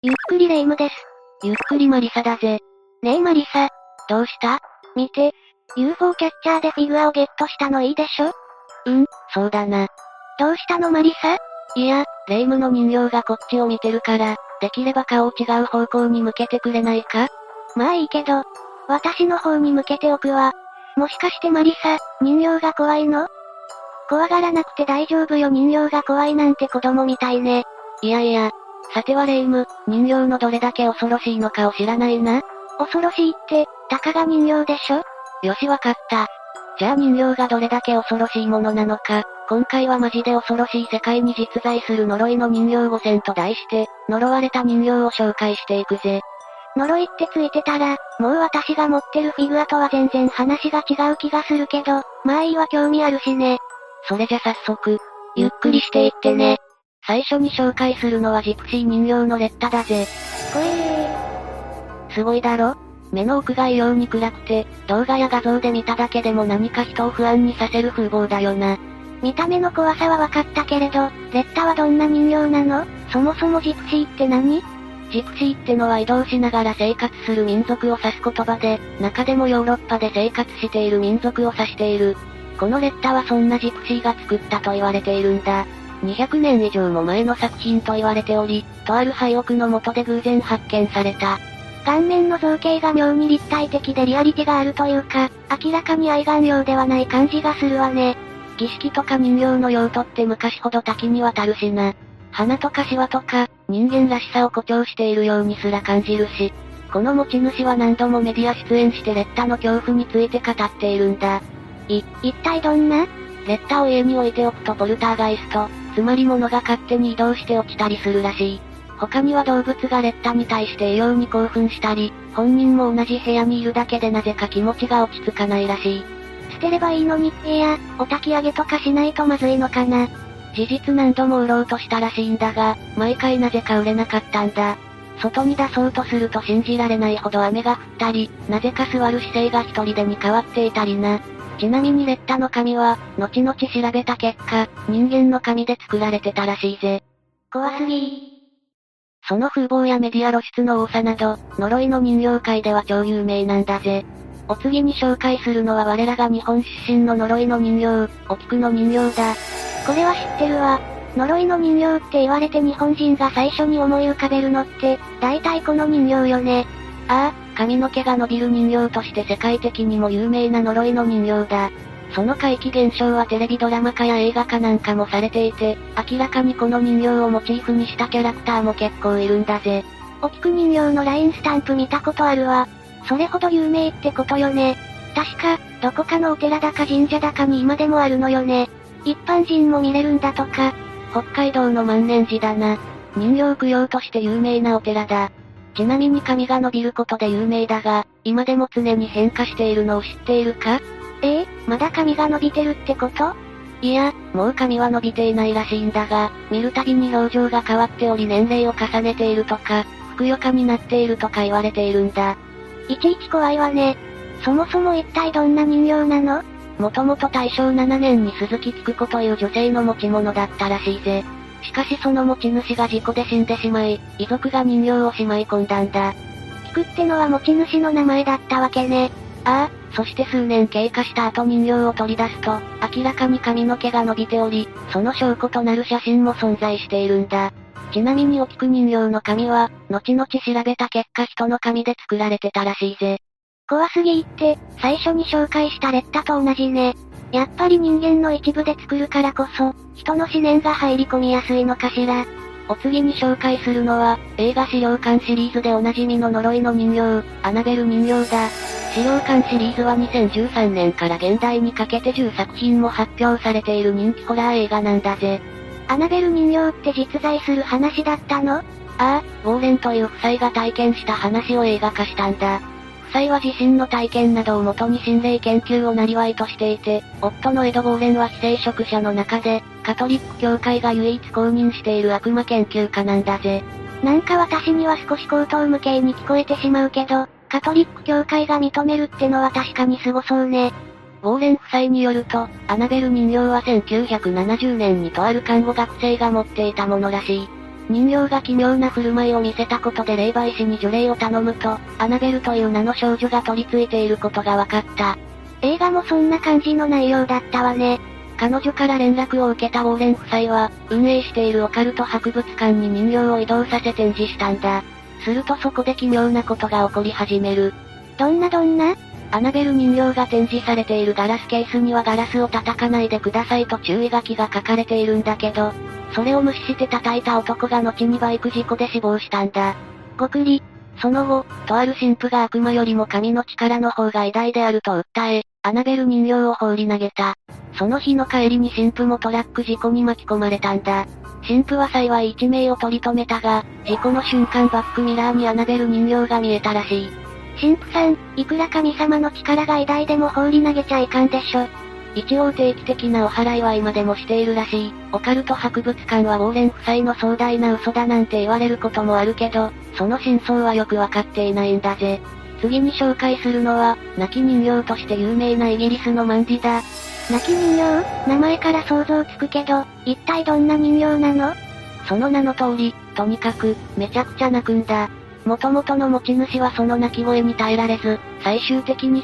ゆっくりレ夢ムです。 ゆっくりマリサだぜ。 ねえマリサ。 どうした？ 見て。UFO キャッチャーでフィギュアをゲットしたのいいでしょ？ そうだな。 どうしたのマリサ？ いや、レ夢ムの人形がこっちを見てるから、できれば顔を違う方向に向けてくれないか？ まあいいけど、私の方に向けておくわ。もしかしてマリサ、人形が怖いの？怖がらなくて大丈夫よ。人形が怖いなんて子供みたいね。 いやいや。さてはレ夢ム、人形のどれだけ恐ろしいのかを知らないな。 恐ろしいって、たかが人形でしょ？ よしわかった。じゃあ人形がどれだけ恐ろしいものなのか、今回はマジで恐ろしい世界に実在する呪いの人形5000と題して、呪われた人形を紹介していくぜ。 呪いってついてたら、もう私が持ってるフィギュアとは全然話が違う気がするけど、まあいいわ興味あるしね。 それじゃ早速、ゆっくりしていってね。最初に紹介するのはジプシー人形のレッタだぜ。すごいだろ？目の奥が異様に暗くて、動画や画像で見ただけでも何か人を不安にさせる風貌だよな。 見た目の怖さは分かったけれど、レッタはどんな人形なの？そもそもジプシーって何？ ジプシーってのは移動しながら生活する民族を指す言葉で、中でもヨーロッパで生活している民族を指している。このレッタはそんなジプシーが作ったと言われているんだ。200年以上も前の作品と言われており、とある廃屋の下で偶然発見された。 顔面の造形が妙に立体的でリアリティがあるというか、明らかに愛玩用ではない感じがするわね。 儀式とか人形の用途って昔ほど多岐にわたるしな。鼻とかシワとか、人間らしさを誇張しているようにすら感じるし、この持ち主は何度もメディア出演してレッタの恐怖について語っているんだ。 一体どんな？ レッタを家に置いておくとポルターガイスト、つまり物が勝手に移動して落ちたりするらしい。他には動物がレッタに対して異様に興奮したり、本人も同じ部屋にいるだけでなぜか気持ちが落ち着かないらしい。 捨てればいいのに、お焚き上げとかしないとまずいのかな。 事実何度も売ろうとしたらしいんだが、毎回なぜか売れなかったんだ。外に出そうとすると信じられないほど雨が降ったり、なぜか座る姿勢が一人でに変わっていたりな。ちなみにレッタの髪は、後々調べた結果、人間の髪で作られてたらしいぜ。 怖すぎ。 その風貌やメディア露出の多さなど、呪いの人形界では超有名なんだぜ。お次に紹介するのは我らが日本出身の呪いの人形、お菊の人形だ。 これは知ってるわ。呪いの人形って言われて日本人が最初に思い浮かべるのって、大体この人形よね。 ああ、髪の毛が伸びる人形として世界的にも有名な呪いの人形だ。その怪奇現象はテレビドラマ化や映画化なんかもされていて、明らかにこの人形をモチーフにしたキャラクターも結構いるんだぜ。 お菊人形のラインスタンプ見たことあるわ。それほど有名ってことよね。確か、どこかのお寺だか神社だかに今でもあるのよね。一般人も見れるんだとか。 北海道の万年寺だな。人形供養として有名なお寺だ。ちなみに髪が伸びることで有名だが、今でも常に変化しているのを知っているか？ まだ髪が伸びてるってこと？ いや、もう髪は伸びていないらしいんだが、見るたびに表情が変わっており年齢を重ねているとか、ふくよかになっているとか言われているんだ。 いちいち怖いわね。そもそも一体どんな人形なの？ もともと大正7年に鈴木菊子という女性の持ち物だったらしいぜ。しかしその持ち主が事故で死んでしまい、遺族が人形をしまい込んだんだ。 菊ってのは持ち主の名前だったわけね。 ああ、そして数年経過した後人形を取り出すと、明らかに髪の毛が伸びており、その証拠となる写真も存在しているんだ。ちなみにお菊人形の髪は、後々調べた結果人の髪で作られてたらしいぜ。 怖すぎって、最初に紹介したレッタと同じね。やっぱり人間の一部で作るからこそ、人の思念が入り込みやすいのかしら。 お次に紹介するのは、映画資料館シリーズでおなじみの呪いの人形、アナベル人形だ。資料館シリーズは2013年から現代にかけて10作品も発表されている人気ホラー映画なんだぜ。 アナベル人形って実在する話だったの？ ああ、ウォーレンという夫妻が体験した話を映画化したんだ。夫妻は自身の体験などをもとに心霊研究を生業としていて、夫のエド・ウォーレンは非聖職者の中で、カトリック教会が唯一公認している悪魔研究家なんだぜ。 なんか私には少し口頭無形に聞こえてしまうけど、カトリック教会が認めるってのは確かに凄そうね。 ウォーレン夫妻によると、アナベル人形は1970年にとある看護学生が持っていたものらしい。 人形が奇妙な振る舞いを見せたことで霊媒師に除霊を頼むと、アナベルという名の少女が取り付いていることが分かった。 映画もそんな感じの内容だったわね。 彼女から連絡を受けたウォーレン夫妻は、運営しているオカルト博物館に人形を移動させ展示したんだ。するとそこで奇妙なことが起こり始める。 どんなアナベル人形が展示されているガラスケースにはガラスを叩かないでくださいと注意書きが書かれているんだけど、それを無視して叩いた男が後にバイク事故で死亡したんだ。 ごくり。 その後、とある神父が悪魔よりも神の力の方が偉大であると訴え、アナベル人形を放り投げた。その日の帰りに神父もトラック事故に巻き込まれたんだ。神父は幸い一命を取り留めたが、事故の瞬間バックミラーにアナベル人形が見えたらしい。 神父さん、いくら神様の力が偉大でも放り投げちゃいかんでしょ。 一応定期的なお祓いは今でもしているらしい。オカルト博物館はウォーレン夫妻の壮大な嘘だなんて言われることもあるけど、その真相はよくわかっていないんだぜ。次に紹介するのは、泣き人形として有名なイギリスのマンディだ。 泣き人形？名前から想像つくけど、一体どんな人形なの？ その名の通り、とにかく、めちゃくちゃ泣くんだ。元々の持ち主はその泣き声に耐えられず、最終的に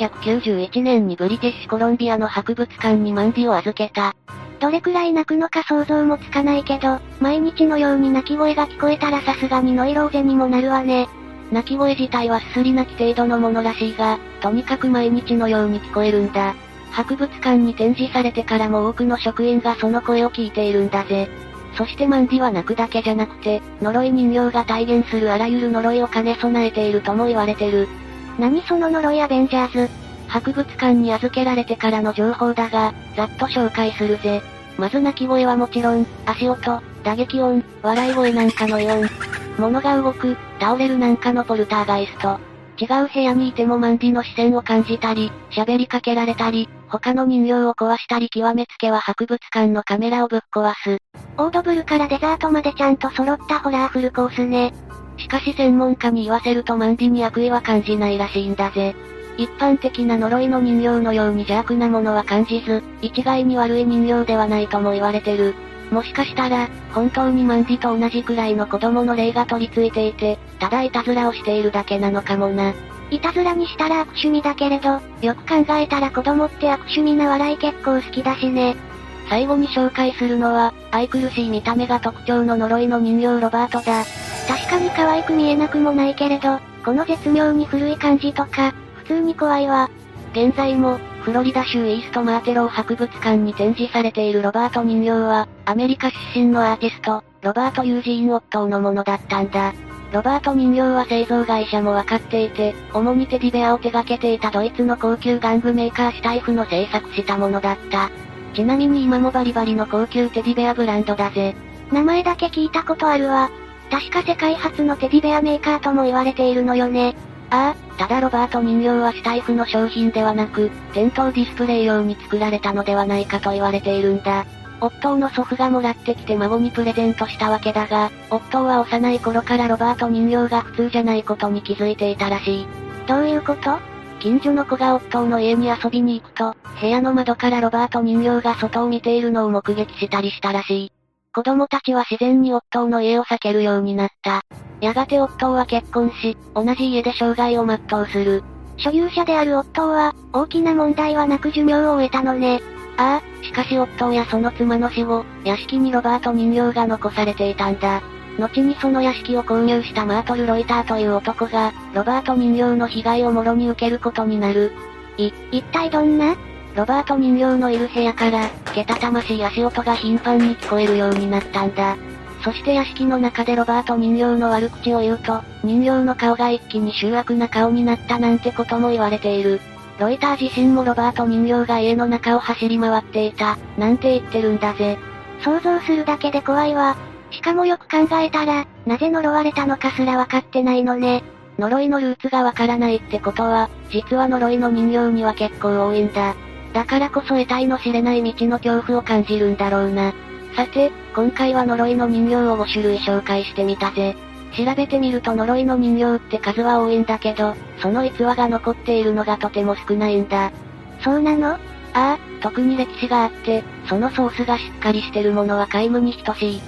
1991年にブリティッシュコロンビアの博物館にマンディを預けた。 どれくらい泣くのか想像もつかないけど、毎日のように泣き声が聞こえたらさすがにノイローゼにもなるわね。 泣き声自体はすすり泣き程度のものらしいが、とにかく毎日のように聞こえるんだ。博物館に展示されてからも多くの職員がその声を聞いているんだぜ。そしてマンディは泣くだけじゃなくて、呪い人形が体現するあらゆる呪いを兼ね備えているとも言われてる。 何その呪いアベンジャーズ。 博物館に預けられてからの情報だが、ざっと紹介するぜ。まず鳴き声はもちろん、足音、打撃音、笑い声なんかの異音。物が動く、倒れるなんかのポルターガイスト。違う部屋にいてもマンディの視線を感じたり、喋りかけられたり、他の人形を壊したり極めつけは博物館のカメラをぶっ壊す。 オードブルからデザートまでちゃんと揃ったホラーフルコースね。 しかし専門家に言わせるとマンディに悪意は感じないらしいんだぜ。一般的な呪いの人形のように邪悪なものは感じず、一概に悪い人形ではないとも言われてる。もしかしたら、本当にマンディと同じくらいの子供の霊が取り付いていて、ただいたずらをしているだけなのかもな。 いたずらにしたら悪趣味だけれど、よく考えたら子供って悪趣味な笑い結構好きだしね。 最後に紹介するのは、愛くるしい見た目が特徴の呪いの人形ロバートだ。 確かに可愛く見えなくもないけれど、この絶妙に古い感じとか、普通に怖いわ。 現在も、フロリダ州イーストマーテロー博物館に展示されているロバート人形は、アメリカ出身のアーティスト、ロバート・ユージーン・オットーのものだったんだ。ロバート人形は製造会社もわかっていて、主にテディベアを手掛けていたドイツの高級玩具メーカーシュタイフの製作したものだった。ちなみに今もバリバリの高級テディベアブランドだぜ。 名前だけ聞いたことあるわ。確か世界初のテディベアメーカーとも言われているのよね。 ああ、ただロバート人形はシュタイフの商品ではなく、店頭ディスプレイ用に作られたのではないかと言われているんだ。オットーの祖父がもらってきて孫にプレゼントしたわけだが、オットーは幼い頃からロバート人形が普通じゃないことに気づいていたらしい。 どういうこと？ 近所の子がオットーの家に遊びに行くと、部屋の窓からロバート人形が外を見ているのを目撃したりしたらしい。子供たちは自然にオットーの家を避けるようになった。やがてオットーは結婚し、同じ家で生涯を全うする。 所有者であるオットーは、大きな問題はなく寿命を終えたのね。 ああ、しかしオットーやその妻の死後、屋敷にロバート人形が残されていたんだ。後にその屋敷を購入したマートル・ロイターという男が、ロバート人形の被害をもろに受けることになる。 一体どんな？ ロバート人形のいる部屋から、けたたましい足音が頻繁に聞こえるようになったんだ。そして屋敷の中でロバート人形の悪口を言うと、人形の顔が一気に醜悪な顔になったなんてことも言われている。ロイター自身もロバート人形が家の中を走り回っていた、なんて言ってるんだぜ。 想像するだけで怖いわ。しかもよく考えたら、なぜ呪われたのかすらわかってないのね。 呪いのルーツがわからないってことは、実は呪いの人形には結構多いんだ。だからこそ得体の知れない道の恐怖を感じるんだろうな。さて、今回は呪いの人形を5種類紹介してみたぜ。調べてみると呪いの人形って数は多いんだけど、その逸話が残っているのがとても少ないんだ。 そうなの？ ああ、特に歴史があって、そのソースがしっかりしてるものは皆無に等しい。一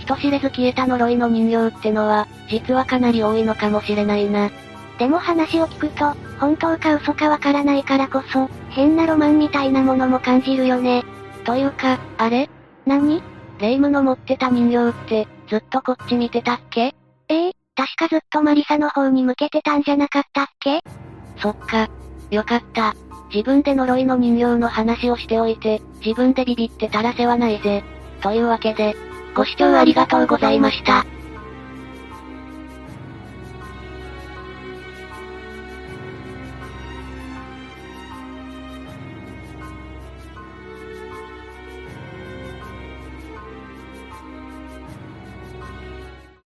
人知れず消えた呪いの人形ってのは、実はかなり多いのかもしれないな。 でも話を聞くと、本当か嘘かわからないからこそ、変なロマンみたいなものも感じるよね。 というか、あれ？ 何？ レイムの持ってた人形って、ずっとこっち見てたっけ？ 確かずっとマリサの方に向けてたんじゃなかったっけ？ そっか。よかった。自分で呪いの人形の話をしておいて、自分でビビってたら世話ないぜ。というわけで、ご視聴ありがとうございました。